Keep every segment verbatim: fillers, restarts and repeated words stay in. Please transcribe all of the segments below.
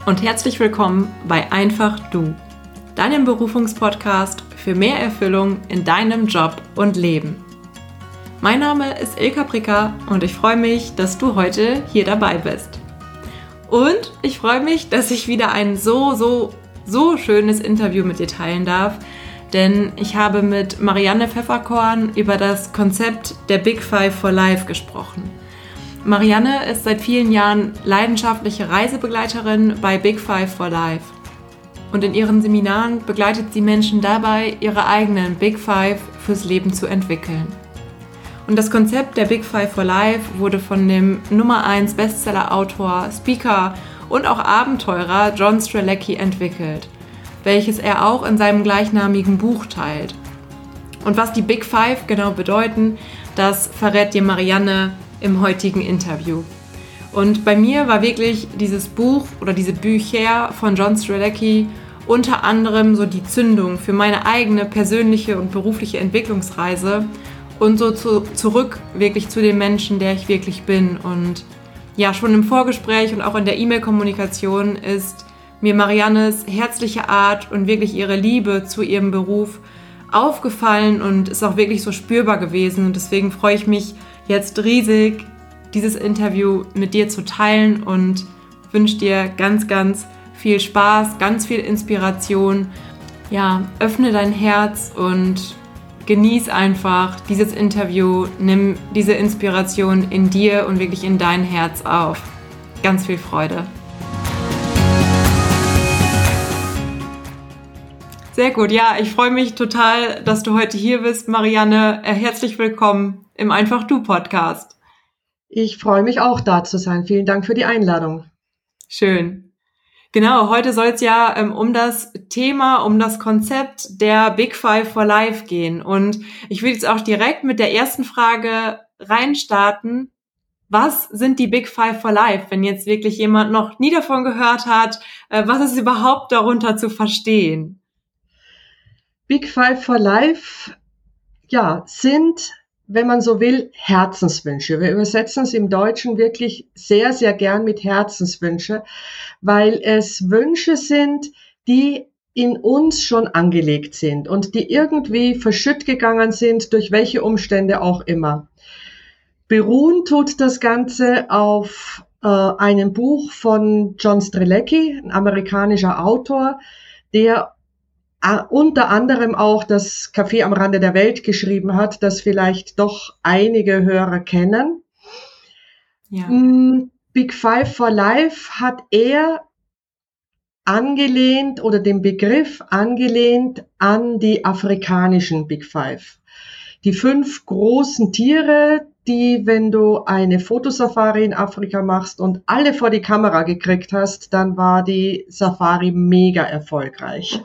und herzlich willkommen bei Einfach Du, deinem Berufungspodcast für mehr Erfüllung in deinem Job und Leben. Mein Name ist Ilka Pricker und ich freue mich, dass du heute hier dabei bist. Und ich freue mich, dass ich wieder ein so, so, so schönes Interview mit dir teilen darf, denn ich habe mit Marianne Pfefferkorn über das Konzept der Big Five for Life gesprochen. Marianne ist seit vielen Jahren leidenschaftliche Reisebegleiterin bei Big Five for Life. Und in ihren Seminaren begleitet sie Menschen dabei, ihre eigenen Big Five fürs Leben zu entwickeln. Und das Konzept der Big Five for Life wurde von dem Nummer eins Bestseller-Autor, Speaker und auch Abenteurer John Strzelecki entwickelt, welches er auch in seinem gleichnamigen Buch teilt. Und was die Big Five genau bedeuten, das verrät dir Marianne im heutigen Interview. Und bei mir war wirklich dieses Buch oder diese Bücher von John Strzelecki unter anderem so die Zündung für meine eigene persönliche und berufliche Entwicklungsreise und so zu, zurück wirklich zu dem Menschen, der ich wirklich bin. Und ja, schon im Vorgespräch und auch in der E-Mail-Kommunikation ist mir Mariannes herzliche Art und wirklich ihre Liebe zu ihrem Beruf aufgefallen und ist auch wirklich so spürbar gewesen. Und deswegen freue ich mich jetzt riesig, dieses Interview mit dir zu teilen und wünsche dir ganz, ganz viel Spaß, ganz viel Inspiration. Ja, öffne dein Herz und genieß einfach dieses Interview. Nimm diese Inspiration in dir und wirklich in dein Herz auf. Ganz viel Freude. Sehr gut, ja, ich freue mich total, dass du heute hier bist, Marianne. Herzlich willkommen im Einfach Du Podcast. Ich freue mich auch, da zu sein. Vielen Dank für die Einladung. Schön. Genau, heute soll es ja ähm, um das Thema, um das Konzept der Big Five for Life gehen. Und ich will jetzt auch direkt mit der ersten Frage reinstarten. Was sind die Big Five for Life, wenn jetzt wirklich jemand noch nie davon gehört hat? Äh, was ist überhaupt darunter zu verstehen? Big Five for Life, ja, sind, wenn man so will, Herzenswünsche. Wir übersetzen es im Deutschen wirklich sehr, sehr gern mit Herzenswünsche, weil es Wünsche sind, die in uns schon angelegt sind und die irgendwie verschütt gegangen sind, durch welche Umstände auch immer. Beruhen tut das Ganze auf äh, einem Buch von John Strzelecki, ein amerikanischer Autor, der unter anderem auch das Café am Rande der Welt geschrieben hat, das vielleicht doch einige Hörer kennen. Ja. Big Five for Life hat er angelehnt oder den Begriff angelehnt an die afrikanischen Big Five. Die fünf großen Tiere, die, wenn du eine Fotosafari in Afrika machst und alle vor die Kamera gekriegt hast, dann war die Safari mega erfolgreich.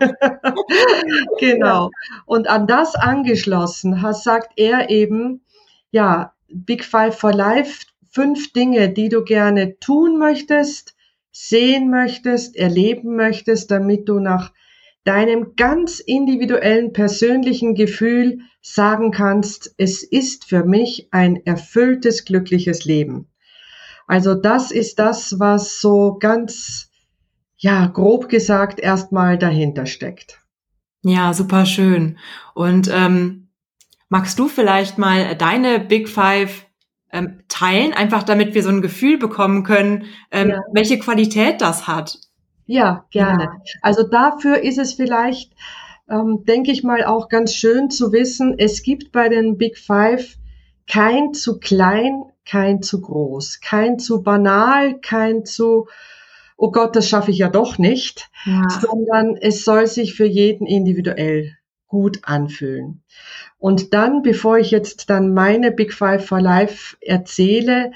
Genau. Und an das angeschlossen hat, sagt er eben, ja, Big Five for Life, fünf Dinge, die du gerne tun möchtest, sehen möchtest, erleben möchtest, damit du nach deinem ganz individuellen persönlichen Gefühl sagen kannst, es ist für mich ein erfülltes, glückliches Leben. Also das ist das, was so ganz, ja, grob gesagt erstmal dahinter steckt. Ja, super schön. Und ähm, magst du vielleicht mal deine Big Five ähm, teilen, einfach damit wir so ein Gefühl bekommen können, ähm, ja. welche Qualität das hat? Ja, gerne. Ja. Also dafür ist es vielleicht, ähm, denke ich mal, auch ganz schön zu wissen, es gibt bei den Big Five kein zu klein, kein zu groß, kein zu banal, kein zu, oh Gott, das schaffe ich ja doch nicht, ja. sondern es soll sich für jeden individuell gut anfühlen. Und dann, bevor ich jetzt dann meine Big Five for Life erzähle,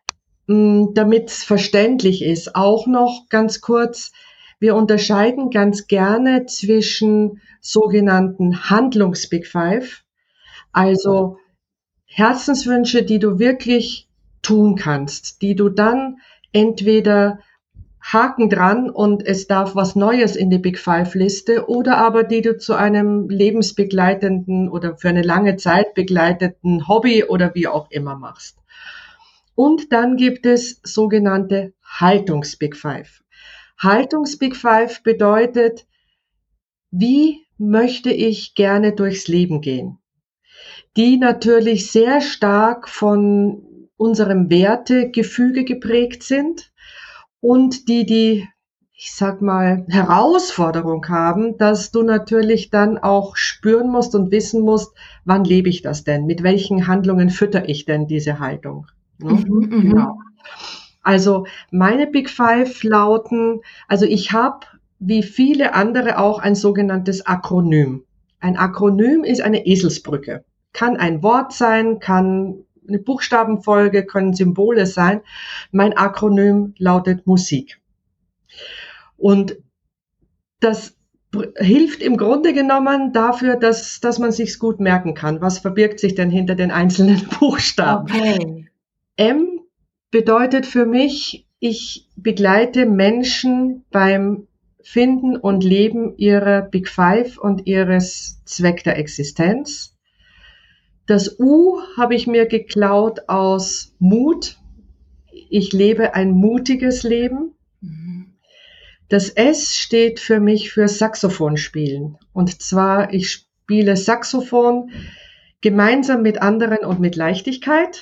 damit es verständlich ist, auch noch ganz kurz, wir unterscheiden ganz gerne zwischen sogenannten Handlungs-Big Five, also Herzenswünsche, die du wirklich tun kannst, die du dann entweder Haken dran und es darf was Neues in die Big Five Liste oder aber die du zu einem lebensbegleitenden oder für eine lange Zeit begleiteten Hobby oder wie auch immer machst. Und dann gibt es sogenannte Haltungs-Big Five. Haltungs-Big Five bedeutet, wie möchte ich gerne durchs Leben gehen? Die natürlich sehr stark von unserem Wertegefüge geprägt sind und die die, ich sag mal, Herausforderung haben, dass du natürlich dann auch spüren musst und wissen musst, wann lebe ich das denn? Mit welchen Handlungen fütter ich denn diese Haltung? Ne? Mhm, Genau. Also meine Big Five lauten, also ich habe wie viele andere auch ein sogenanntes Akronym. Ein Akronym ist eine Eselsbrücke. Kann ein Wort sein, kann eine Buchstabenfolge, können Symbole sein. Mein Akronym lautet Musik. Und das hilft im Grunde genommen dafür, dass, dass man sich's gut merken kann. Was verbirgt sich denn hinter den einzelnen Buchstaben? Okay. M bedeutet für mich, ich begleite Menschen beim Finden und Leben ihrer Big Five und ihres Zweck der Existenz. Das U habe ich mir geklaut aus Mut. Ich lebe ein mutiges Leben. Das S steht für mich für Saxophonspielen. Und zwar, ich spiele Saxophon gemeinsam mit anderen und mit Leichtigkeit.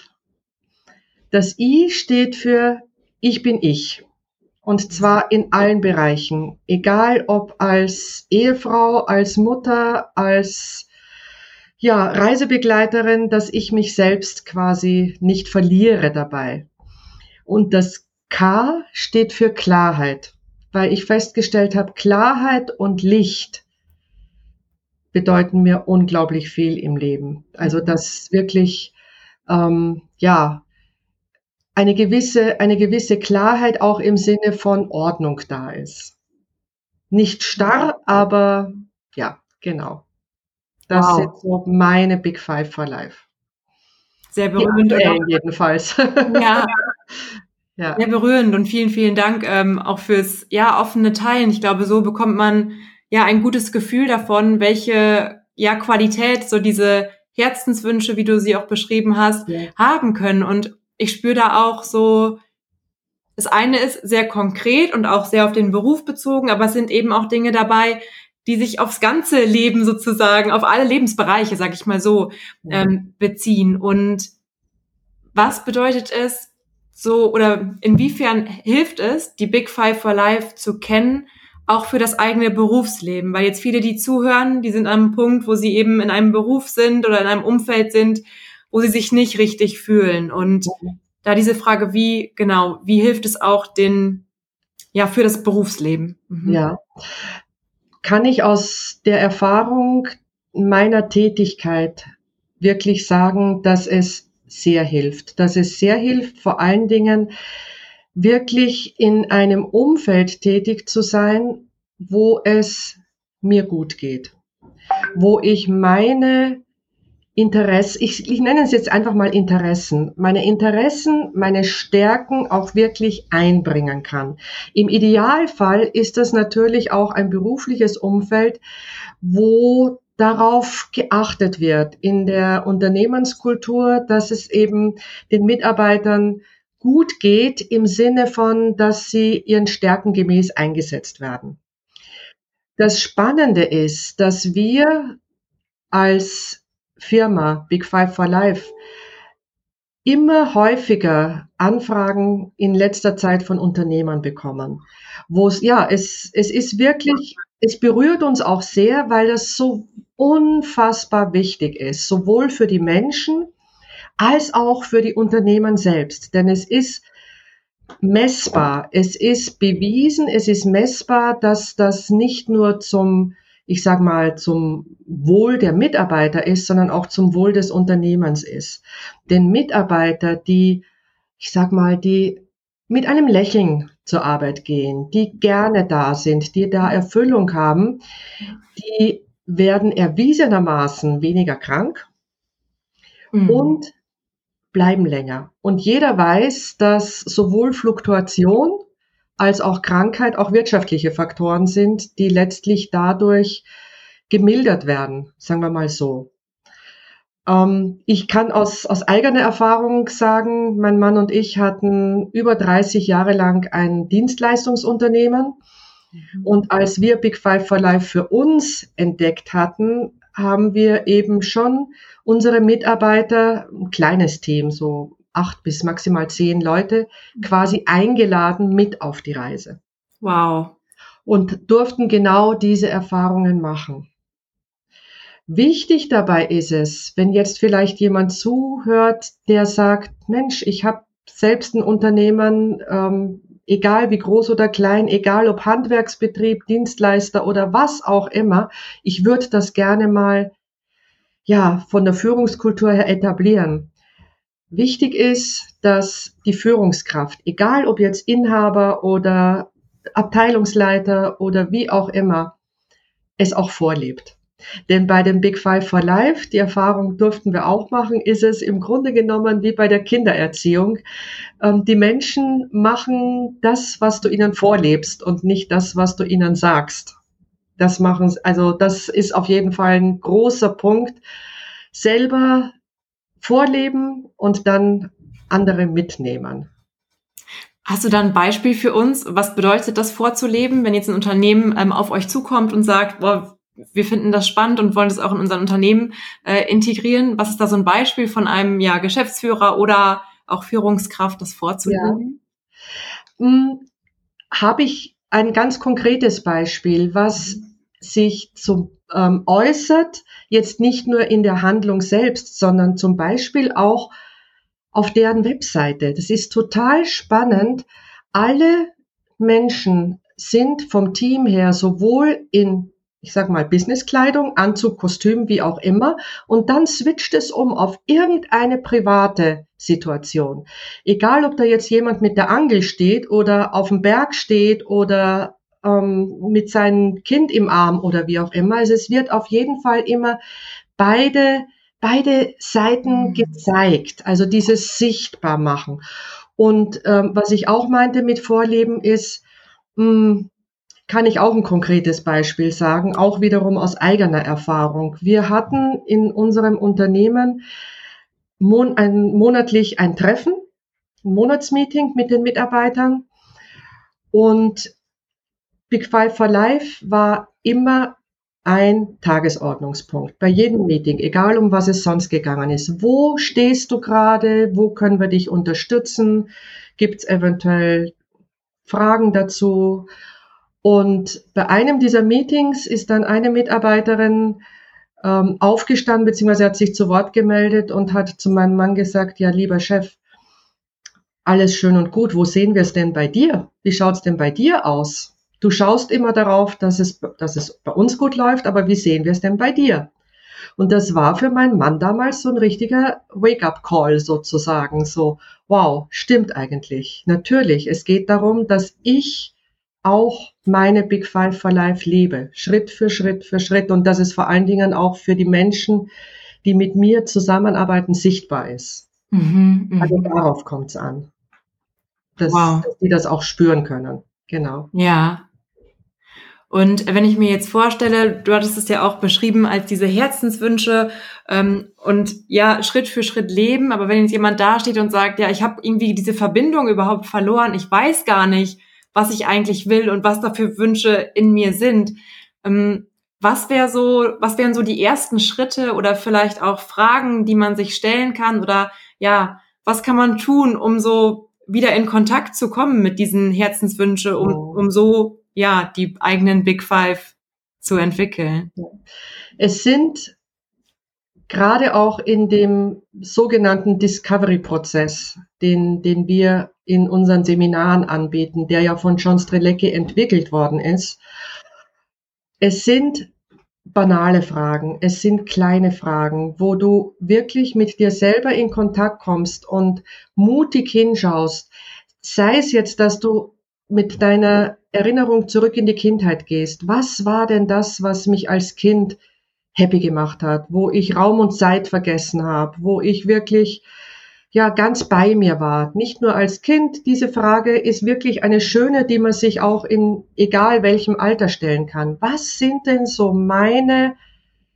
Das I steht für Ich bin ich. Und zwar in allen Bereichen. Egal ob als Ehefrau, als Mutter, als ja, Reisebegleiterin, dass ich mich selbst quasi nicht verliere dabei. Und das K steht für Klarheit, weil ich festgestellt habe, Klarheit und Licht bedeuten mir unglaublich viel im Leben. Also dass wirklich, ähm, ja, eine gewisse, eine gewisse Klarheit auch im Sinne von Ordnung da ist. Nicht starr, aber ja, genau. Das Wow. sind so meine Big Five for Life. Sehr berührend. Die aktuellen jedenfalls. Ja. Ja. Sehr berührend und vielen, vielen Dank ähm, auch fürs ja offene Teilen. Ich glaube, so bekommt man ja ein gutes Gefühl davon, welche ja Qualität so diese Herzenswünsche, wie du sie auch beschrieben hast, Ja. haben können. Und ich spüre da auch so, das eine ist sehr konkret und auch sehr auf den Beruf bezogen, aber es sind eben auch Dinge dabei, die sich aufs ganze Leben sozusagen, auf alle Lebensbereiche, sag ich mal so, Ja. ähm, beziehen. Und was bedeutet es, so, oder inwiefern hilft es, die Big Five for Life zu kennen, auch für das eigene Berufsleben? Weil jetzt viele, die zuhören, die sind an einem Punkt, wo sie eben in einem Beruf sind oder in einem Umfeld sind, wo sie sich nicht richtig fühlen. Und da diese Frage, wie, genau, wie hilft es auch den, ja, für das Berufsleben? Mhm. Ja. Kann ich aus der Erfahrung meiner Tätigkeit wirklich sagen, dass es sehr hilft, dass es sehr hilft, vor allen Dingen wirklich in einem Umfeld tätig zu sein, wo es mir gut geht, wo ich meine Interessen, ich, ich nenne es jetzt einfach mal Interessen, meine Interessen, meine Stärken auch wirklich einbringen kann. Im Idealfall ist das natürlich auch ein berufliches Umfeld, wo darauf geachtet wird in der Unternehmenskultur, dass es eben den Mitarbeitern gut geht im Sinne von, dass sie ihren Stärken gemäß eingesetzt werden. Das Spannende ist, dass wir als Firma Big Five for Life immer häufiger Anfragen in letzter Zeit von Unternehmern bekommen, wo es, ja, es, es ist wirklich, es berührt uns auch sehr, weil das so unfassbar wichtig ist, sowohl für die Menschen als auch für die Unternehmen selbst. Denn es ist messbar, es ist bewiesen, es ist messbar, dass das nicht nur zum, ich sag mal, zum Wohl der Mitarbeiter ist, sondern auch zum Wohl des Unternehmens ist. Denn Mitarbeiter, die, ich sag mal, die mit einem Lächeln zur Arbeit gehen, die gerne da sind, die da Erfüllung haben, die werden erwiesenermaßen weniger krank Mhm. und bleiben länger. Und jeder weiß, dass sowohl Fluktuation als auch Krankheit auch wirtschaftliche Faktoren sind, die letztlich dadurch gemildert werden, sagen wir mal so. Ähm, ich kann aus, aus eigener Erfahrung sagen, mein Mann und ich hatten über dreißig Jahre lang ein Dienstleistungsunternehmen. Mhm. Und als wir Big Five for Life für uns entdeckt hatten, haben wir eben schon unsere Mitarbeiter, ein kleines Team, so acht bis maximal zehn Leute, quasi eingeladen mit auf die Reise. Wow. Und durften genau diese Erfahrungen machen. Wichtig dabei ist es, wenn jetzt vielleicht jemand zuhört, der sagt, Mensch, ich habe selbst ein Unternehmen, ähm, egal wie groß oder klein, egal ob Handwerksbetrieb, Dienstleister oder was auch immer, ich würde das gerne mal ja von der Führungskultur her etablieren. Wichtig ist, dass die Führungskraft, egal ob jetzt Inhaber oder Abteilungsleiter oder wie auch immer, es auch vorlebt. Denn bei dem Big Five for Life, die Erfahrung durften wir auch machen, ist es im Grunde genommen wie bei der Kindererziehung. Ähm, die Menschen machen das, was du ihnen vorlebst und nicht das, was du ihnen sagst. Das machen, also das ist auf jeden Fall ein großer Punkt. Selber vorleben und dann andere mitnehmen. Hast du da ein Beispiel für uns? Was bedeutet das vorzuleben, wenn jetzt ein Unternehmen ähm, auf euch zukommt und sagt, boah, wir finden das spannend und wollen das auch in unser Unternehmen äh, integrieren? Was ist da so ein Beispiel von einem ja, Geschäftsführer oder auch Führungskraft, das vorzuleben? Ja. Hm, habe ich ein ganz konkretes Beispiel, was sich zum ähm, äußert, jetzt nicht nur in der Handlung selbst, sondern zum Beispiel auch auf deren Webseite. Das ist total spannend. Alle Menschen sind vom Team her sowohl in, ich sag mal, Businesskleidung, Anzug, Kostüm, wie auch immer. Und dann switcht es um auf irgendeine private Situation. Egal, ob da jetzt jemand mit der Angel steht oder auf dem Berg steht oder ähm, mit seinem Kind im Arm oder wie auch immer. Also es wird auf jeden Fall immer beide beide Seiten gezeigt, also dieses sichtbar machen. Und ähm, was ich auch meinte mit Vorleben ist, mh, kann ich auch ein konkretes Beispiel sagen, auch wiederum aus eigener Erfahrung. Wir hatten in unserem Unternehmen mon- ein, monatlich ein Treffen, ein Monatsmeeting mit den Mitarbeitern und Big Five for Life war immer ein Tagesordnungspunkt bei jedem Meeting, egal um was es sonst gegangen ist. Wo stehst du gerade? Wo können wir dich unterstützen? Gibt es eventuell Fragen dazu? Und bei einem dieser Meetings ist dann eine Mitarbeiterin ähm, aufgestanden, beziehungsweise hat sich zu Wort gemeldet und hat zu meinem Mann gesagt, ja, lieber Chef, alles schön und gut, wo sehen wir es denn bei dir? Wie schaut es denn bei dir aus? Du schaust immer darauf, dass es, dass es bei uns gut läuft, aber wie sehen wir es denn bei dir? Und das war für meinen Mann damals so ein richtiger Wake-up-Call sozusagen. So, wow, stimmt eigentlich. Natürlich, es geht darum, dass ich auch meine Big Five for Life lebe. Schritt für Schritt für Schritt. Und dass es vor allen Dingen auch für die Menschen, die mit mir zusammenarbeiten, sichtbar ist. Mhm, also darauf kommt es an. Dass, wow. dass die das auch spüren können. Genau. Ja. Und wenn ich mir jetzt vorstelle, du hattest es ja auch beschrieben als diese Herzenswünsche ähm, und ja, Schritt für Schritt leben, aber wenn jetzt jemand da steht und sagt, ja, ich habe irgendwie diese Verbindung überhaupt verloren, ich weiß gar nicht, was ich eigentlich will und was da für Wünsche in mir sind, ähm, was wäre so, was wären so die ersten Schritte oder vielleicht auch Fragen, die man sich stellen kann oder ja, was kann man tun, um so wieder in Kontakt zu kommen mit diesen Herzenswünschen, um, um so ja, die eigenen Big Five zu entwickeln? Es sind gerade auch in dem sogenannten Discovery-Prozess, den, den wir in unseren Seminaren anbieten, der ja von John Strelecki entwickelt worden ist. Es sind banale Fragen, es sind kleine Fragen, wo du wirklich mit dir selber in Kontakt kommst und mutig hinschaust. Sei es jetzt, dass du mit deiner Erinnerung zurück in die Kindheit gehst. Was war denn das, was mich als Kind happy gemacht hat, wo ich Raum und Zeit vergessen habe, wo ich wirklich ja ganz bei mir war, nicht nur als Kind. Diese Frage ist wirklich eine schöne, die man sich auch in egal welchem Alter stellen kann. Was sind denn so meine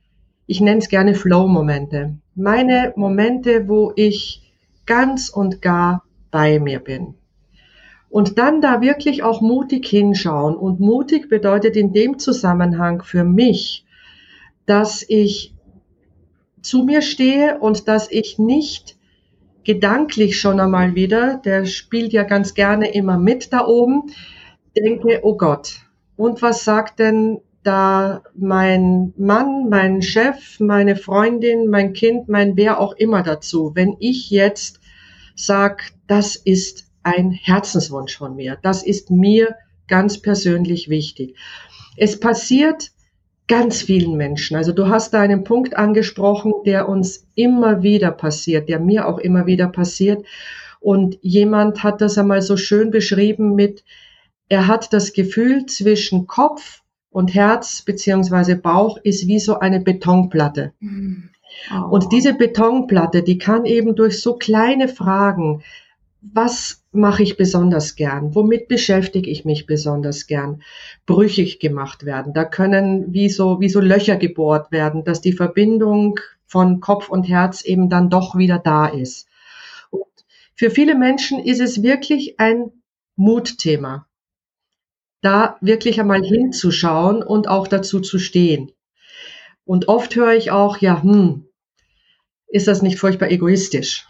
ich nenne es gerne Flow-Momente. Meine Momente, wo ich ganz und gar bei mir bin. Und dann da wirklich auch mutig hinschauen. Und mutig bedeutet in dem Zusammenhang für mich, dass ich zu mir stehe und dass ich nicht gedanklich schon einmal wieder, der spielt ja ganz gerne immer mit da oben, denke, oh Gott, und was sagt denn da mein Mann, mein Chef, meine Freundin, mein Kind, mein wer auch immer dazu, wenn ich jetzt sage, das ist ein Herzenswunsch von mir, das ist mir ganz persönlich wichtig. Es passiert ganz vielen Menschen. Also du hast da einen Punkt angesprochen, der uns immer wieder passiert, der mir auch immer wieder passiert. Und jemand hat das einmal so schön beschrieben mit, er hat das Gefühl zwischen Kopf und Herz beziehungsweise Bauch ist wie so eine Betonplatte. Oh. Und diese Betonplatte, die kann eben durch so kleine Fragen, was mache ich besonders gern? Womit beschäftige ich mich besonders gern? Brüchig gemacht werden. Da können wie so, wie so Löcher gebohrt werden, dass die Verbindung von Kopf und Herz eben dann doch wieder da ist. Und für viele Menschen ist es wirklich ein Mutthema, da wirklich einmal hinzuschauen und auch dazu zu stehen. Und oft höre ich auch, ja, hm, ist das nicht furchtbar egoistisch?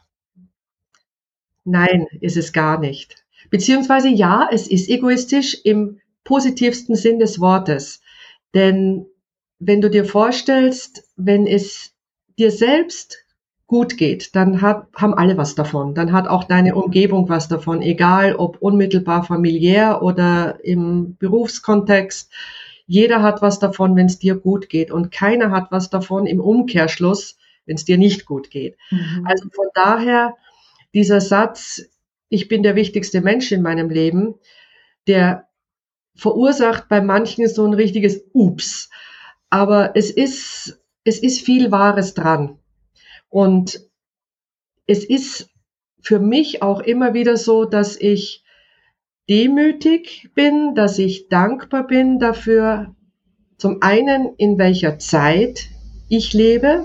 Nein, ist es gar nicht. Beziehungsweise ja, es ist egoistisch im positivsten Sinn des Wortes. Denn wenn du dir vorstellst, wenn es dir selbst gut geht, dann hat, haben alle was davon. Dann hat auch deine Umgebung was davon, egal ob unmittelbar familiär oder im Berufskontext. Jeder hat was davon, wenn es dir gut geht. Und keiner hat was davon im Umkehrschluss, wenn es dir nicht gut geht. Mhm. Also von daher, dieser Satz, ich bin der wichtigste Mensch in meinem Leben, der verursacht bei manchen so ein richtiges Ups. Aber es ist, es ist viel Wahres dran. Und es ist für mich auch immer wieder so, dass ich demütig bin, dass ich dankbar bin dafür, zum einen, in welcher Zeit ich lebe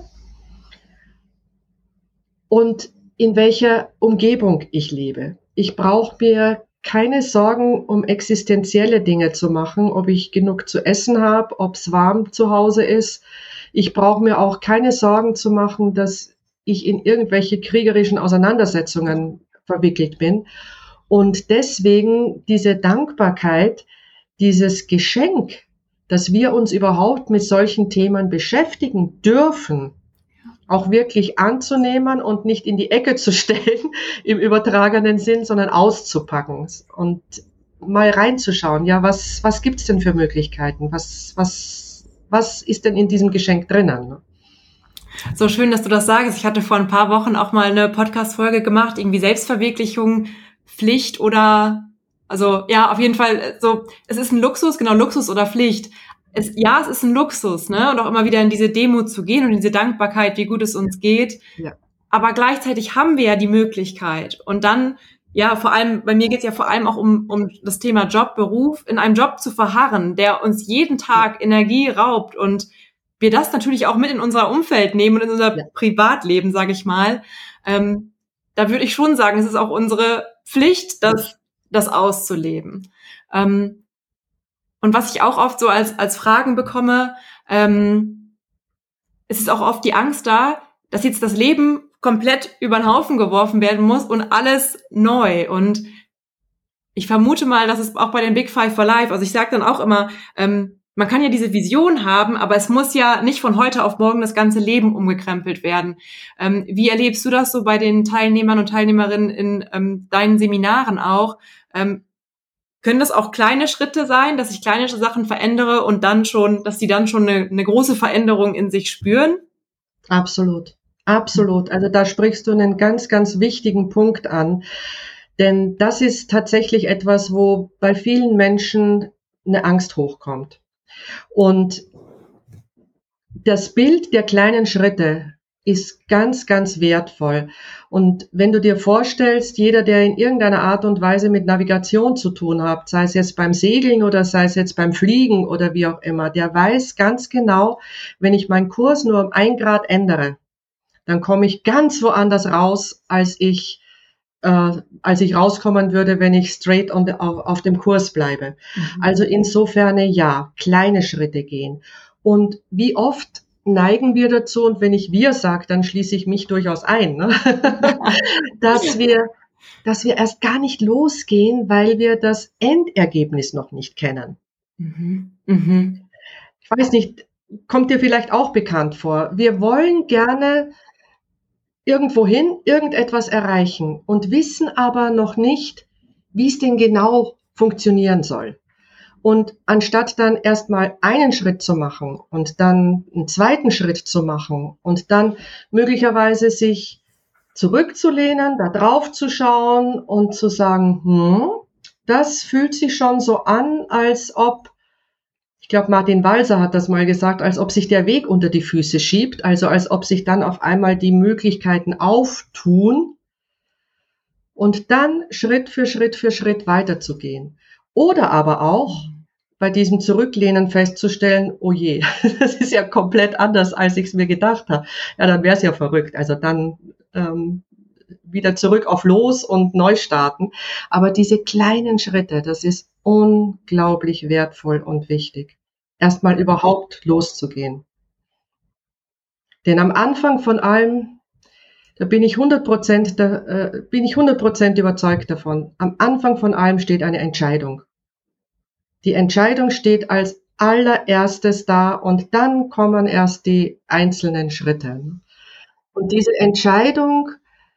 und in welcher Umgebung ich lebe. Ich brauche mir keine Sorgen um existenzielle Dinge zu machen, ob ich genug zu essen habe, ob es warm zu Hause ist. Ich brauche mir auch keine Sorgen zu machen, dass ich in irgendwelche kriegerischen Auseinandersetzungen verwickelt bin. Und deswegen diese Dankbarkeit, dieses Geschenk, dass wir uns überhaupt mit solchen Themen beschäftigen dürfen, auch wirklich anzunehmen und nicht in die Ecke zu stellen im übertragenen Sinn, sondern auszupacken und mal reinzuschauen. Ja, was, was gibt's denn für Möglichkeiten? Was, was, was ist denn in diesem Geschenk drinnen? So schön, dass du das sagst. Ich hatte vor ein paar Wochen auch mal eine Podcast-Folge gemacht, irgendwie Selbstverwirklichung, Pflicht oder, also ja, auf jeden Fall so, es ist ein Luxus, genau, Luxus oder Pflicht. Es, ja, es ist ein Luxus, ne, und auch immer wieder in diese Demut zu gehen und in diese Dankbarkeit, wie gut es uns geht. Ja. Aber gleichzeitig haben wir ja die Möglichkeit. Und dann, ja, vor allem, bei mir geht es ja vor allem auch um, um das Thema Job, Beruf, in einem Job zu verharren, der uns jeden Tag Energie raubt und wir das natürlich auch mit in unser Umfeld nehmen und in unser ja. Privatleben, sage ich mal. Ähm, da würde ich schon sagen, es ist auch unsere Pflicht, das, das auszuleben. Ähm, Und was ich auch oft so als als Fragen bekomme, ähm, es ist auch oft die Angst da, dass jetzt das Leben komplett über den Haufen geworfen werden muss und alles neu. Und ich vermute mal, dass es auch bei den Big Five for Life, also ich sage dann auch immer, ähm, man kann ja diese Vision haben, aber es muss ja nicht von heute auf morgen das ganze Leben umgekrempelt werden. Ähm, wie erlebst du das so bei den Teilnehmern und Teilnehmerinnen in ähm, deinen Seminaren auch? Ähm, Können das auch kleine Schritte sein, dass ich kleine Sachen verändere und dann schon, dass die dann schon eine, eine große Veränderung in sich spüren? Absolut, absolut. Also da sprichst du einen ganz, ganz wichtigen Punkt an. Denn das ist tatsächlich etwas, wo bei vielen Menschen eine Angst hochkommt. Und das Bild der kleinen Schritte, ist ganz, ganz wertvoll. Und wenn du dir vorstellst, jeder, der in irgendeiner Art und Weise mit Navigation zu tun hat, sei es jetzt beim Segeln oder sei es jetzt beim Fliegen oder wie auch immer, der weiß ganz genau, wenn ich meinen Kurs nur um ein Grad ändere, dann komme ich ganz woanders raus, als ich äh, als ich rauskommen würde, wenn ich straight on the, auf, auf dem Kurs bleibe. Mhm. Also insofern, ja, kleine Schritte gehen. Und wie oft neigen wir dazu, und wenn ich wir sage, dann schließe ich mich durchaus ein, ne? dass wir, dass wir erst gar nicht losgehen, weil wir das Endergebnis noch nicht kennen. Mhm. Mhm. Ich weiß nicht, kommt dir vielleicht auch bekannt vor. Wir wollen gerne irgendwohin irgendetwas erreichen und wissen aber noch nicht, wie es denn genau funktionieren soll. Und anstatt dann erstmal einen Schritt zu machen und dann einen zweiten Schritt zu machen und dann möglicherweise sich zurückzulehnen, da drauf zu schauen und zu sagen, hm, das fühlt sich schon so an, als ob, ich glaube, Martin Walser hat das mal gesagt, als ob sich der Weg unter die Füße schiebt, also als ob sich dann auf einmal die Möglichkeiten auftun und dann Schritt für Schritt für Schritt weiterzugehen. Oder aber auch bei diesem Zurücklehnen festzustellen, oh je, das ist ja komplett anders, als ich es mir gedacht habe. Ja, dann wäre es ja verrückt. Also dann ähm, wieder zurück auf Los und neu starten. Aber diese kleinen Schritte, das ist unglaublich wertvoll und wichtig, erstmal überhaupt loszugehen. Denn am Anfang von allem, da bin ich hundert Prozent, da, äh, bin ich hundert Prozent überzeugt davon, am Anfang von allem steht eine Entscheidung. Die Entscheidung steht als allererstes da und dann kommen erst die einzelnen Schritte. Und diese Entscheidung,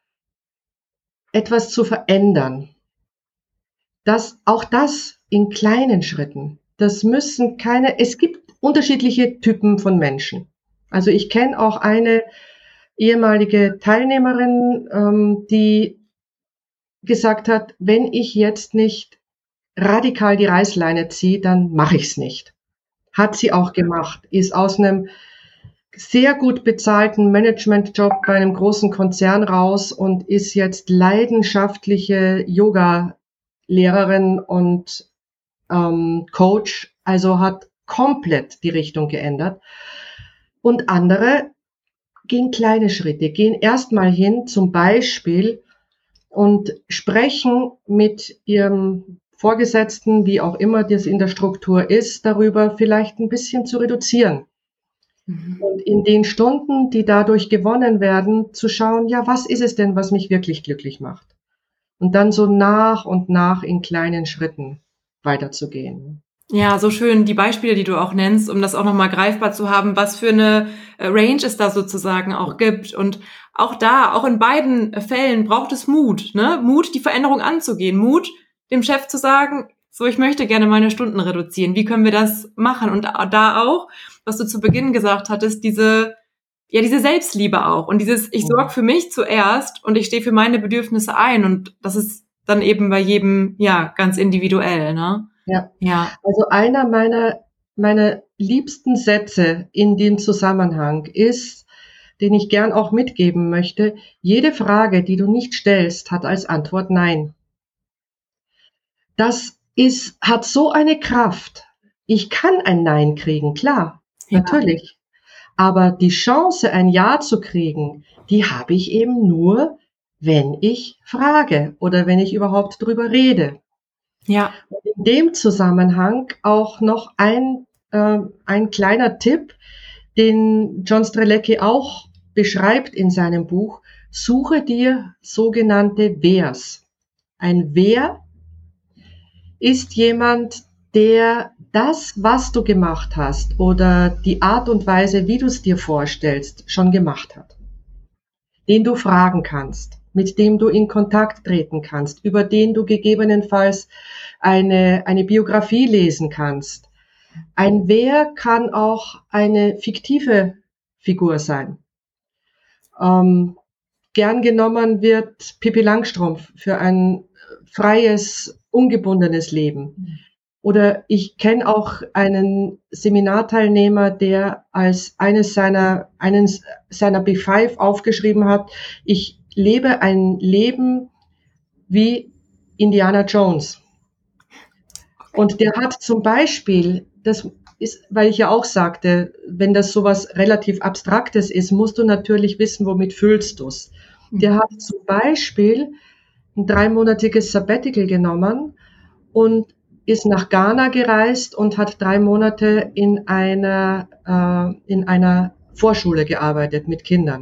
etwas zu verändern, das, auch das in kleinen Schritten, das müssen keine, es gibt unterschiedliche Typen von Menschen. Also ich kenne auch eine ehemalige Teilnehmerin, ähm, die gesagt hat, wenn ich jetzt nicht radikal die Reißleine ziehe, dann mache ich es nicht. Hat sie auch gemacht, ist aus einem sehr gut bezahlten Managementjob bei einem großen Konzern raus und ist jetzt leidenschaftliche Yoga-Lehrerin und ähm, Coach, also hat komplett die Richtung geändert. Und andere gehen kleine Schritte, gehen erstmal hin, zum Beispiel, und sprechen mit ihrem Vorgesetzten, wie auch immer das in der Struktur ist, darüber vielleicht ein bisschen zu reduzieren. Mhm. Und in den Stunden, die dadurch gewonnen werden, zu schauen, ja, was ist es denn, was mich wirklich glücklich macht? Und dann so nach und nach in kleinen Schritten weiterzugehen. Ja, so schön die Beispiele, die du auch nennst, um das auch nochmal greifbar zu haben, was für eine Range es da sozusagen auch gibt. Und auch da, auch in beiden Fällen braucht es Mut, ne? Mut, die Veränderung anzugehen. Mut, dem Chef zu sagen, so, ich möchte gerne meine Stunden reduzieren. Wie können wir das machen? Und da auch, was du zu Beginn gesagt hattest, diese, ja, diese Selbstliebe auch. Und dieses, ich sorge für mich zuerst und ich stehe für meine Bedürfnisse ein. Und das ist dann eben bei jedem, ja, ganz individuell, ne? Ja. ja, also einer meiner, meiner liebsten Sätze in dem Zusammenhang ist, den ich gern auch mitgeben möchte, jede Frage, die du nicht stellst, hat als Antwort Nein. Das ist, hat so eine Kraft. Ich kann ein Nein kriegen, klar, ja. Natürlich. Aber die Chance, ein Ja zu kriegen, die habe ich eben nur, wenn ich frage oder wenn ich überhaupt drüber rede. Ja. In dem Zusammenhang auch noch ein, äh, ein kleiner Tipp, den John Strelecki auch beschreibt in seinem Buch. Suche dir sogenannte Wers. Ein Wer ist jemand, der das, was du gemacht hast oder die Art und Weise, wie du es dir vorstellst, schon gemacht hat. Den du fragen kannst, mit dem du in Kontakt treten kannst, über den du gegebenenfalls eine, eine Biografie lesen kannst. Ein Wer kann auch eine fiktive Figur sein. Ähm, gern genommen wird Pippi Langstrumpf für ein freies, ungebundenes Leben. Oder ich kenne auch einen Seminarteilnehmer, der als eines seiner, einen seiner Big Five aufgeschrieben hat, ich lebe ein Leben wie Indiana Jones. Und der hat zum Beispiel, das ist, weil ich ja auch sagte, wenn das sowas relativ Abstraktes ist, musst du natürlich wissen, womit fühlst du's. Der hat zum Beispiel ein dreimonatiges Sabbatical genommen und ist nach Ghana gereist und hat drei Monate in einer, äh, in einer Vorschule gearbeitet mit Kindern.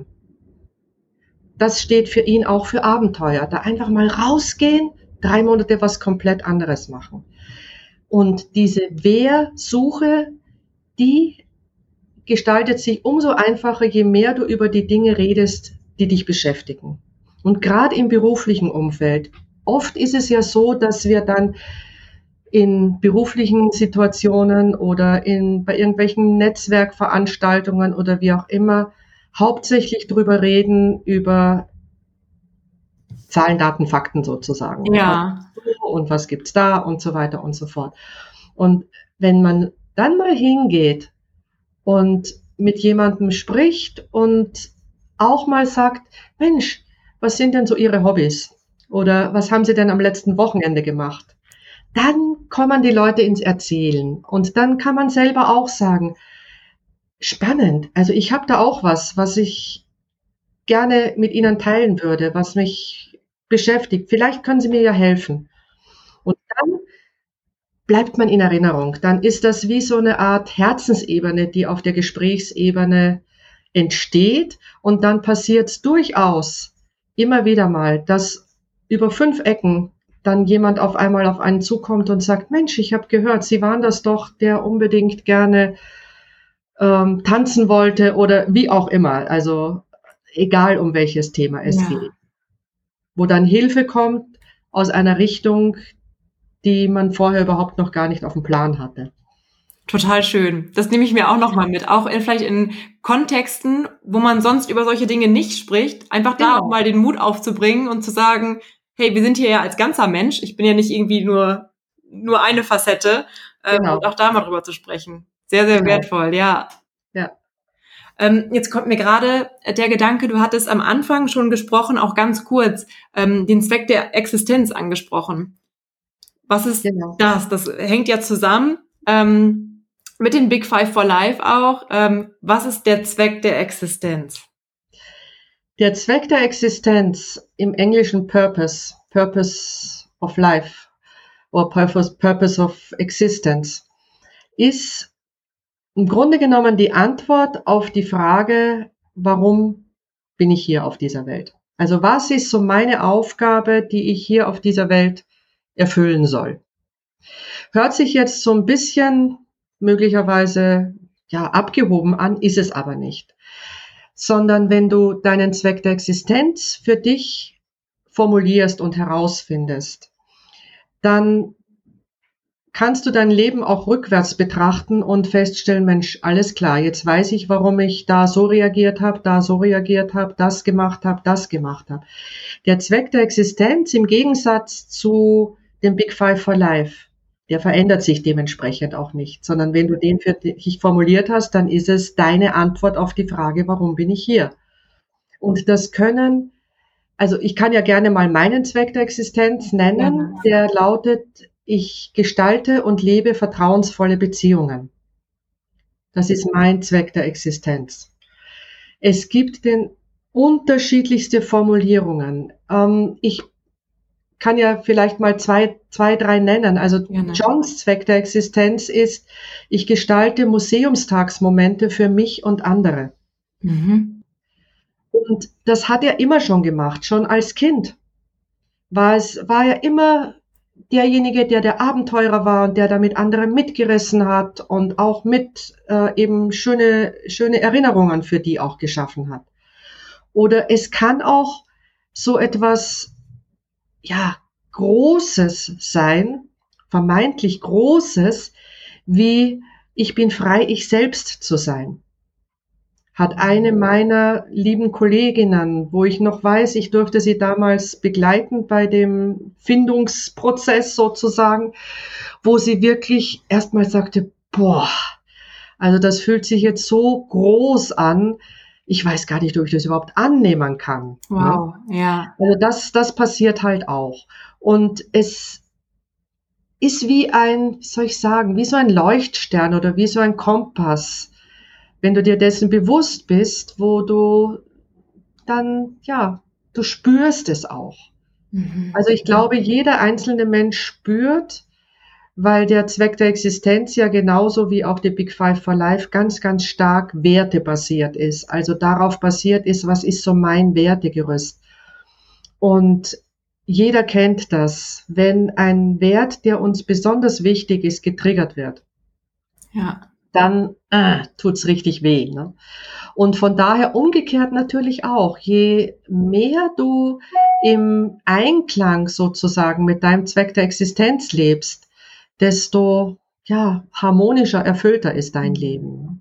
Das steht für ihn auch für Abenteuer. Da einfach mal rausgehen, drei Monate was komplett anderes machen. Und diese Wer-Suche, die gestaltet sich umso einfacher, je mehr du über die Dinge redest, die dich beschäftigen. Und gerade im beruflichen Umfeld. Oft ist es ja so, dass wir dann in beruflichen Situationen oder in, bei irgendwelchen Netzwerkveranstaltungen oder wie auch immer hauptsächlich drüber reden, über Zahlen, Daten, Fakten sozusagen. Ja. Und was gibt's da und so weiter und so fort. Und wenn man dann mal hingeht und mit jemandem spricht und auch mal sagt, Mensch, was sind denn so Ihre Hobbys? Oder was haben Sie denn am letzten Wochenende gemacht? Dann kommen die Leute ins Erzählen. Und dann kann man selber auch sagen, spannend, also ich habe da auch was, was ich gerne mit Ihnen teilen würde, was mich beschäftigt. Vielleicht können Sie mir ja helfen. Und dann bleibt man in Erinnerung. Dann ist das wie so eine Art Herzensebene, die auf der Gesprächsebene entsteht. Und dann passiert es durchaus immer wieder mal, dass über fünf Ecken dann jemand auf einmal auf einen zukommt und sagt, Mensch, ich habe gehört, Sie waren das doch, der unbedingt gerne ähm, tanzen wollte oder wie auch immer. Also egal, um welches Thema es Ja. geht. Wo dann Hilfe kommt aus einer Richtung, die man vorher überhaupt noch gar nicht auf dem Plan hatte. Total schön. Das nehme ich mir auch nochmal mit. Auch in, vielleicht in Kontexten, wo man sonst über solche Dinge nicht spricht, einfach da Genau. auch mal den Mut aufzubringen und zu sagen, hey, wir sind hier ja als ganzer Mensch. Ich bin ja nicht irgendwie nur, nur eine Facette. Ähm, Genau. und auch da mal drüber zu sprechen. Sehr, sehr Genau. wertvoll, ja. Ja. Ähm, jetzt kommt mir gerade der Gedanke, du hattest am Anfang schon gesprochen, auch ganz kurz, ähm, den Zweck der Existenz angesprochen. Was ist Genau. das? Das hängt ja zusammen ähm, mit den Big Five for Life auch. Ähm, was ist der Zweck der Existenz? Der Zweck der Existenz im Englischen Purpose, Purpose of Life oder Purpose, Purpose of Existence, ist im Grunde genommen die Antwort auf die Frage, warum bin ich hier auf dieser Welt? Also was ist so meine Aufgabe, die ich hier auf dieser Welt erfüllen soll? Hört sich jetzt so ein bisschen möglicherweise ja abgehoben an, ist es aber nicht. Sondern wenn du deinen Zweck der Existenz für dich formulierst und herausfindest, dann kannst du dein Leben auch rückwärts betrachten und feststellen, Mensch, alles klar, jetzt weiß ich, warum ich da so reagiert habe, da so reagiert habe, das gemacht habe, das gemacht habe. Der Zweck der Existenz im Gegensatz zu dem Big Five for Life, der verändert sich dementsprechend auch nicht, sondern wenn du den für dich formuliert hast, dann ist es deine Antwort auf die Frage, warum bin ich hier? Und das können, also ich kann ja gerne mal meinen Zweck der Existenz nennen, der lautet, ich gestalte und lebe vertrauensvolle Beziehungen. Das ist mein Zweck der Existenz. Es gibt den unterschiedlichste Formulierungen. Ähm, ich kann ja vielleicht mal zwei, zwei, drei nennen. Also Gerne. Johns Zweck der Existenz ist, ich gestalte Museumstagsmomente für mich und andere. Mhm. Und das hat er immer schon gemacht, schon als Kind. War es, war er immer derjenige, der der Abenteurer war und der da mit anderen mitgerissen hat und auch mit äh, eben schöne, schöne Erinnerungen für die auch geschaffen hat. Oder es kann auch so etwas, ja, Großes sein, vermeintlich Großes, wie ich bin frei, ich selbst zu sein. hat eine meiner lieben Kolleginnen, wo ich noch weiß, ich durfte sie damals begleiten bei dem Findungsprozess sozusagen, wo sie wirklich erstmal sagte, boah, also das fühlt sich jetzt so groß an, ich weiß gar nicht, ob ich das überhaupt annehmen kann. Wow, ne? ja. Also das, das passiert halt auch. Und es ist wie ein, wie soll ich sagen, wie so ein Leuchtstern oder wie so ein Kompass, wenn du dir dessen bewusst bist, wo du dann, ja, du spürst es auch. Mhm. Also ich glaube, jeder einzelne Mensch spürt, weil der Zweck der Existenz ja genauso wie auch die Big Five for Life ganz, ganz stark wertebasiert ist. Also darauf basiert ist, was ist so mein Wertegerüst. Und jeder kennt das, wenn ein Wert, der uns besonders wichtig ist, getriggert wird. Ja. Dann äh, tut's richtig weh. Ne? Und von daher umgekehrt natürlich auch, je mehr du im Einklang sozusagen mit deinem Zweck der Existenz lebst, desto ja, harmonischer, erfüllter ist dein Leben.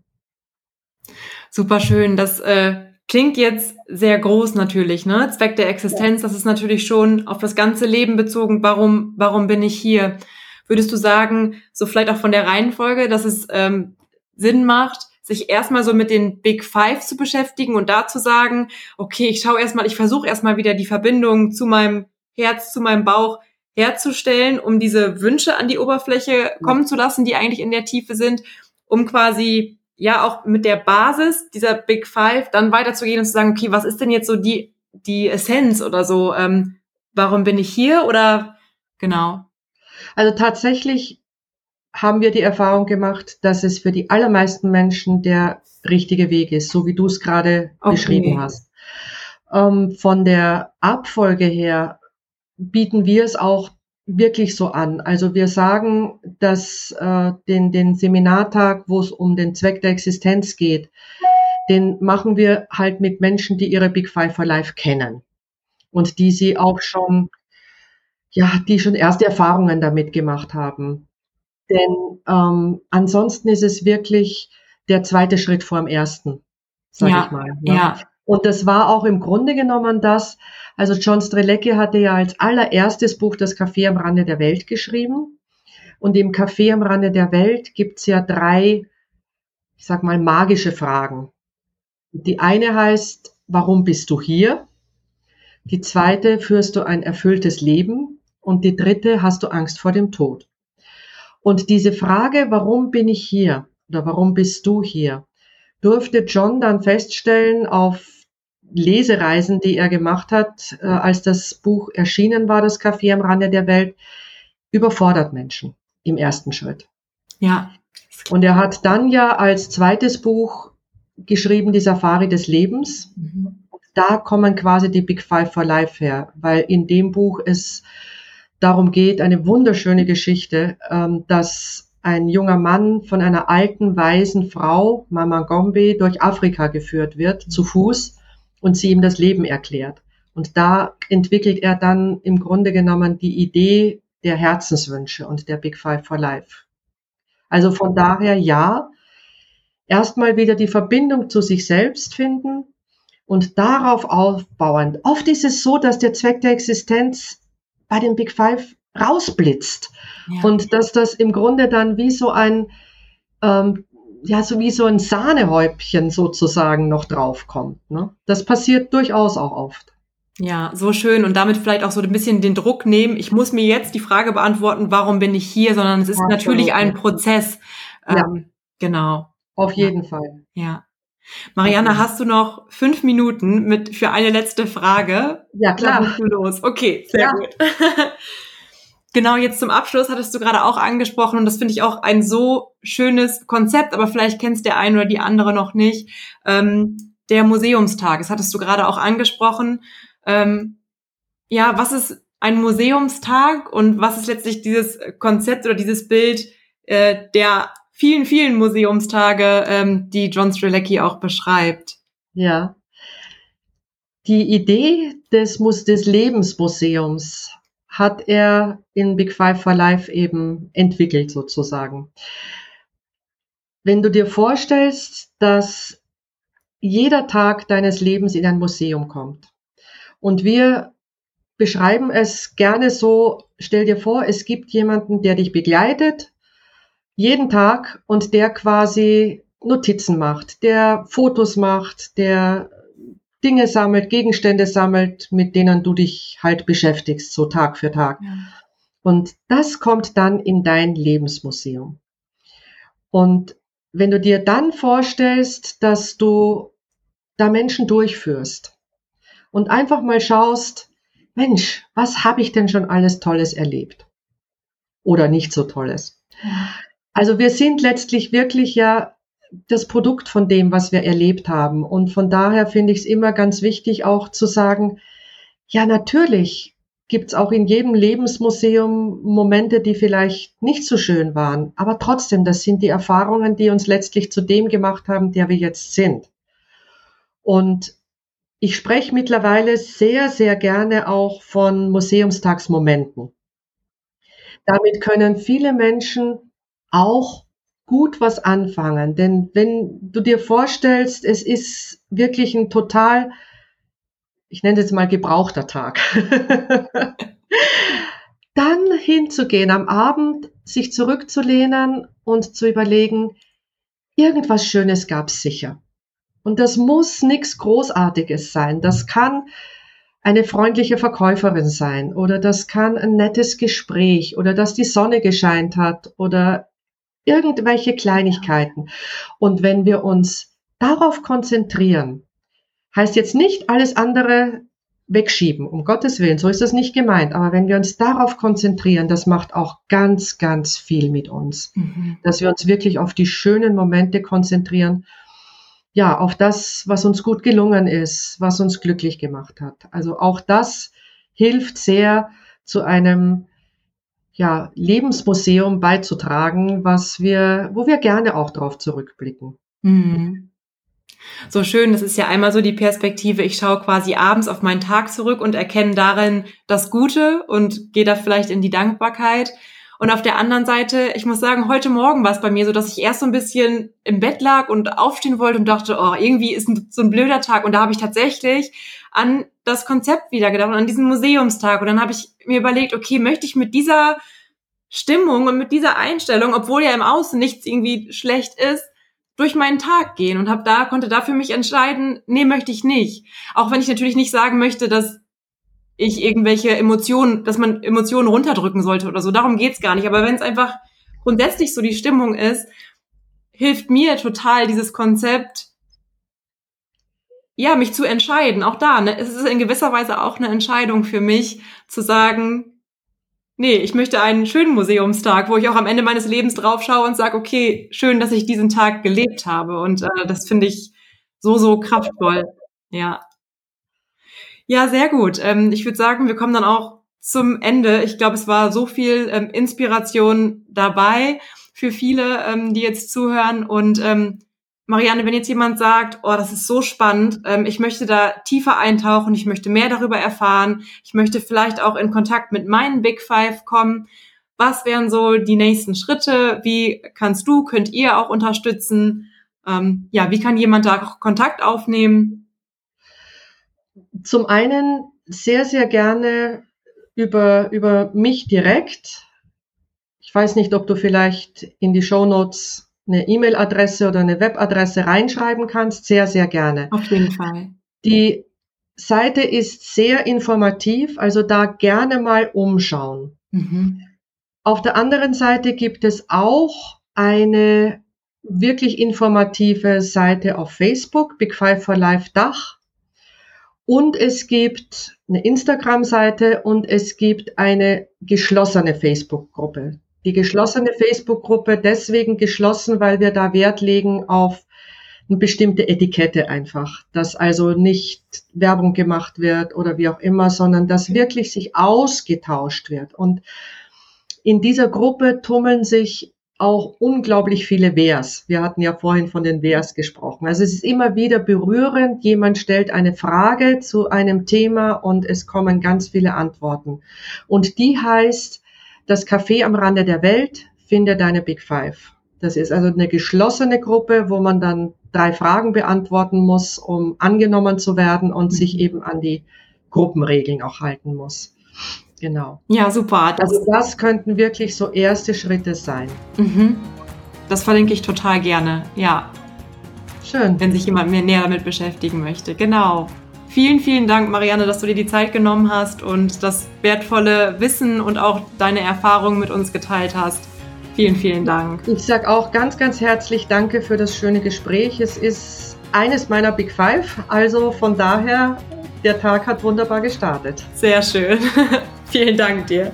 Super schön. Das äh, klingt jetzt sehr groß natürlich, ne? Zweck der Existenz, das ist natürlich schon auf das ganze Leben bezogen. Warum, warum bin ich hier? Würdest du sagen, so vielleicht auch von der Reihenfolge, dass es ähm, Sinn macht, sich erstmal so mit den Big Five zu beschäftigen und da zu sagen, okay, ich schaue erstmal, ich versuche erstmal wieder die Verbindung zu meinem Herz, zu meinem Bauch herzustellen, um diese Wünsche an die Oberfläche kommen zu lassen, die eigentlich in der Tiefe sind, um quasi ja auch mit der Basis dieser Big Five dann weiterzugehen und zu sagen, okay, was ist denn jetzt so die die Essenz oder so, ähm, warum bin ich hier oder genau? Also tatsächlich haben wir die Erfahrung gemacht, dass es für die allermeisten Menschen der richtige Weg ist, so wie du es gerade Okay. beschrieben hast. Ähm, von der Abfolge her bieten wir es auch wirklich so an. Also wir sagen, dass äh, den, den Seminartag, wo es um den Zweck der Existenz geht, den machen wir halt mit Menschen, die ihre Big Five for Life kennen und die sie auch schon, ja, die schon erste Erfahrungen damit gemacht haben. Denn ähm, ansonsten ist es wirklich der zweite Schritt vor dem ersten, sage Ja, ich mal. Ne? ja. Und das war auch im Grunde genommen das, also John Strelecki hatte ja als allererstes Buch das Café am Rande der Welt geschrieben. Und im Café am Rande der Welt gibt's ja drei, ich sag mal, magische Fragen. Die eine heißt, warum bist du hier? Die zweite, führst du ein erfülltes Leben? Und die dritte, hast du Angst vor dem Tod? Und diese Frage, warum bin ich hier? Oder warum bist du hier? Durfte John dann feststellen auf Lesereisen, die er gemacht hat, äh, als das Buch erschienen war, das Café am Rande der Welt, überfordert Menschen im ersten Schritt. Ja. Und er hat dann ja als zweites Buch geschrieben, die Safari des Lebens. Mhm. Da kommen quasi die Big Five for Life her, weil in dem Buch es darum geht, eine wunderschöne Geschichte, ähm, dass ein junger Mann von einer alten, weisen Frau, Mama Gombe, durch Afrika geführt wird, zu Fuß, und sie ihm das Leben erklärt. Und da entwickelt er dann im Grunde genommen die Idee der Herzenswünsche und der Big Five for Life. Also von daher ja, erstmal wieder die Verbindung zu sich selbst finden und darauf aufbauend. Oft ist es so, dass der Zweck der Existenz bei den Big Five rausblitzt. Ja. Und dass das im Grunde dann wie so ein, ähm, ja, so wie so ein Sahnehäubchen sozusagen noch draufkommt. Ne? Das passiert durchaus auch oft. Ja, so schön und damit vielleicht auch so ein bisschen den Druck nehmen. Ich muss mir jetzt die Frage beantworten, warum bin ich hier, sondern es ist Absolut. natürlich ein Prozess. Ja. Ähm, genau. Auf Ja. jeden Fall. Ja. Marianne, Okay. hast du noch fünf Minuten mit für eine letzte Frage? Ja, klar. Dann musst du los. Okay, sehr Ja. gut. Genau, jetzt zum Abschluss hattest du gerade auch angesprochen und das finde ich auch ein so schönes Konzept, aber vielleicht kennst der eine oder die andere noch nicht. Ähm, der Museumstag, das hattest du gerade auch angesprochen. Ähm, ja, was ist ein Museumstag und was ist letztlich dieses Konzept oder dieses Bild äh, der vielen, vielen Museumstage, ähm, die John Strelecki auch beschreibt? Ja. Die Idee des, des Lebensmuseums hat er in Big Five for Life eben entwickelt sozusagen. Wenn du dir vorstellst, dass jeder Tag deines Lebens in ein Museum kommt. Und wir beschreiben es gerne so, stell dir vor, es gibt jemanden, der dich begleitet, jeden Tag, und der quasi Notizen macht, der Fotos macht, der Dinge sammelt, Gegenstände sammelt, mit denen du dich halt beschäftigst, so Tag für Tag. Ja. Und das kommt dann in dein Lebensmuseum. Und wenn du dir dann vorstellst, dass du da Menschen durchführst und einfach mal schaust, Mensch, was habe ich denn schon alles Tolles erlebt? Oder nicht so Tolles? Ja. Also wir sind letztlich wirklich ja das Produkt von dem, was wir erlebt haben. Und von daher finde ich es immer ganz wichtig, auch zu sagen, ja, natürlich gibt es auch in jedem Lebensmuseum Momente, die vielleicht nicht so schön waren. Aber trotzdem, das sind die Erfahrungen, die uns letztlich zu dem gemacht haben, der wir jetzt sind. Und ich spreche mittlerweile sehr, sehr gerne auch von Museumstagsmomenten. Damit können viele Menschen auch gut was anfangen. Denn wenn du dir vorstellst, es ist wirklich ein total, ich nenne es mal gebrauchter Tag, dann hinzugehen am Abend, sich zurückzulehnen und zu überlegen, irgendwas Schönes gab es sicher. Und das muss nichts Großartiges sein. Das kann eine freundliche Verkäuferin sein oder das kann ein nettes Gespräch oder dass die Sonne gescheint hat oder irgendwelche Kleinigkeiten. Und wenn wir uns darauf konzentrieren, heißt jetzt nicht alles andere wegschieben, um Gottes Willen, so ist das nicht gemeint. Aber wenn wir uns darauf konzentrieren, das macht auch ganz, ganz viel mit uns. Mhm. Dass wir uns wirklich auf die schönen Momente konzentrieren, ja, auf das, was uns gut gelungen ist, was uns glücklich gemacht hat. Also auch das hilft sehr, zu einem ja, Lebensmuseum beizutragen, was wir, wo wir gerne auch drauf zurückblicken. Mhm. So schön, das ist ja einmal so die Perspektive, ich schaue quasi abends auf meinen Tag zurück und erkenne darin das Gute und gehe da vielleicht in die Dankbarkeit. Und auf der anderen Seite, ich muss sagen, heute Morgen war es bei mir so, dass ich erst so ein bisschen im Bett lag und aufstehen wollte und dachte, oh, irgendwie ist so ein blöder Tag. Und da habe ich tatsächlich an das Konzept wieder gedacht und an diesen Museumstag. Und dann habe ich mir überlegt, okay, möchte ich mit dieser Stimmung und mit dieser Einstellung, obwohl ja im Außen nichts irgendwie schlecht ist, durch meinen Tag gehen und habe da konnte da für mich entscheiden, nee, möchte ich nicht. Auch wenn ich natürlich nicht sagen möchte, dass ich irgendwelche Emotionen, dass man Emotionen runterdrücken sollte oder so. Darum geht's gar nicht. Aber wenn es einfach grundsätzlich so die Stimmung ist, hilft mir total dieses Konzept, ja, mich zu entscheiden. Auch da, ne, es ist in gewisser Weise auch eine Entscheidung für mich, zu sagen, nee, ich möchte einen schönen Museumstag, wo ich auch am Ende meines Lebens drauf schaue und sage, okay, schön, dass ich diesen Tag gelebt habe. Und äh, das finde ich so, so kraftvoll. Ja. Ja, sehr gut. Ähm, ich würde sagen, wir kommen dann auch zum Ende. Ich glaube, es war so viel ähm, Inspiration dabei für viele, ähm, die jetzt zuhören. Und ähm, Marianne, wenn jetzt jemand sagt, oh, das ist so spannend, ähm, ich möchte da tiefer eintauchen, ich möchte mehr darüber erfahren, ich möchte vielleicht auch in Kontakt mit meinen Big Five kommen. Was wären so die nächsten Schritte? Wie kannst du, könnt ihr auch unterstützen? Ähm, ja, wie kann jemand da auch Kontakt aufnehmen? Zum einen sehr, sehr gerne über, über mich direkt. Ich weiß nicht, ob du vielleicht in die Shownotes eine E-Mail-Adresse oder eine Webadresse reinschreiben kannst. Sehr, sehr gerne. Auf jeden Fall. Die Seite ist sehr informativ, also da gerne mal umschauen. Mhm. Auf der anderen Seite gibt es auch eine wirklich informative Seite auf Facebook, Big Five for Life Dach. Und es gibt eine Instagram-Seite und es gibt eine geschlossene Facebook-Gruppe. Die geschlossene Facebook-Gruppe deswegen geschlossen, weil wir da Wert legen auf eine bestimmte Etikette einfach. Dass also nicht Werbung gemacht wird oder wie auch immer, sondern dass wirklich sich ausgetauscht wird. Und in dieser Gruppe tummeln sich auch unglaublich viele Wers. Wir hatten ja vorhin von den Wers gesprochen. Also es ist immer wieder berührend. Jemand stellt eine Frage zu einem Thema und es kommen ganz viele Antworten. Und die heißt, das Café am Rande der Welt, finde deine Big Five. Das ist also eine geschlossene Gruppe, wo man dann drei Fragen beantworten muss, um angenommen zu werden und mhm. sich eben an die Gruppenregeln auch halten muss. Genau. Ja, super. Das also das könnten wirklich so erste Schritte sein. Mhm. Das verlinke ich total gerne, ja. Schön. Wenn sich jemand mehr näher damit beschäftigen möchte. Genau. Vielen, vielen Dank, Marianne, dass du dir die Zeit genommen hast und das wertvolle Wissen und auch deine Erfahrungen mit uns geteilt hast. Vielen, vielen Dank. Ich sage auch ganz, ganz herzlich Danke für das schöne Gespräch. Es ist eines meiner Big Five, also von daher, der Tag hat wunderbar gestartet. Sehr schön. Vielen Dank dir.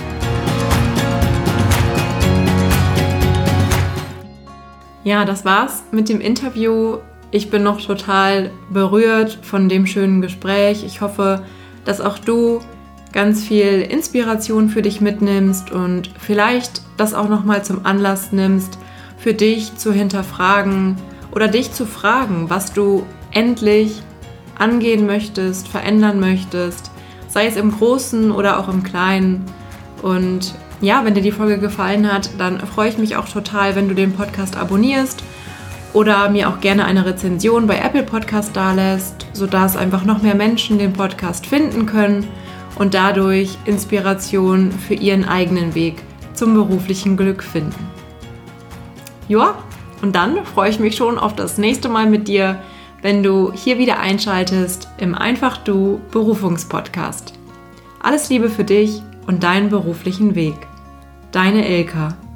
Ja, das war's mit dem Interview. Ich bin noch total berührt von dem schönen Gespräch. Ich hoffe, dass auch du ganz viel Inspiration für dich mitnimmst und vielleicht das auch nochmal zum Anlass nimmst, für dich zu hinterfragen oder dich zu fragen, was du endlich angehen möchtest, verändern möchtest, sei es im Großen oder auch im Kleinen. Und ja, wenn dir die Folge gefallen hat, dann freue ich mich auch total, wenn du den Podcast abonnierst oder mir auch gerne eine Rezension bei Apple Podcast dalässt, sodass einfach noch mehr Menschen den Podcast finden können und dadurch Inspiration für ihren eigenen Weg zum beruflichen Glück finden. Ja, und dann freue ich mich schon auf das nächste Mal mit dir, wenn du hier wieder einschaltest im Einfach Du Berufungspodcast. Alles Liebe für dich und deinen beruflichen Weg. Deine Ilka.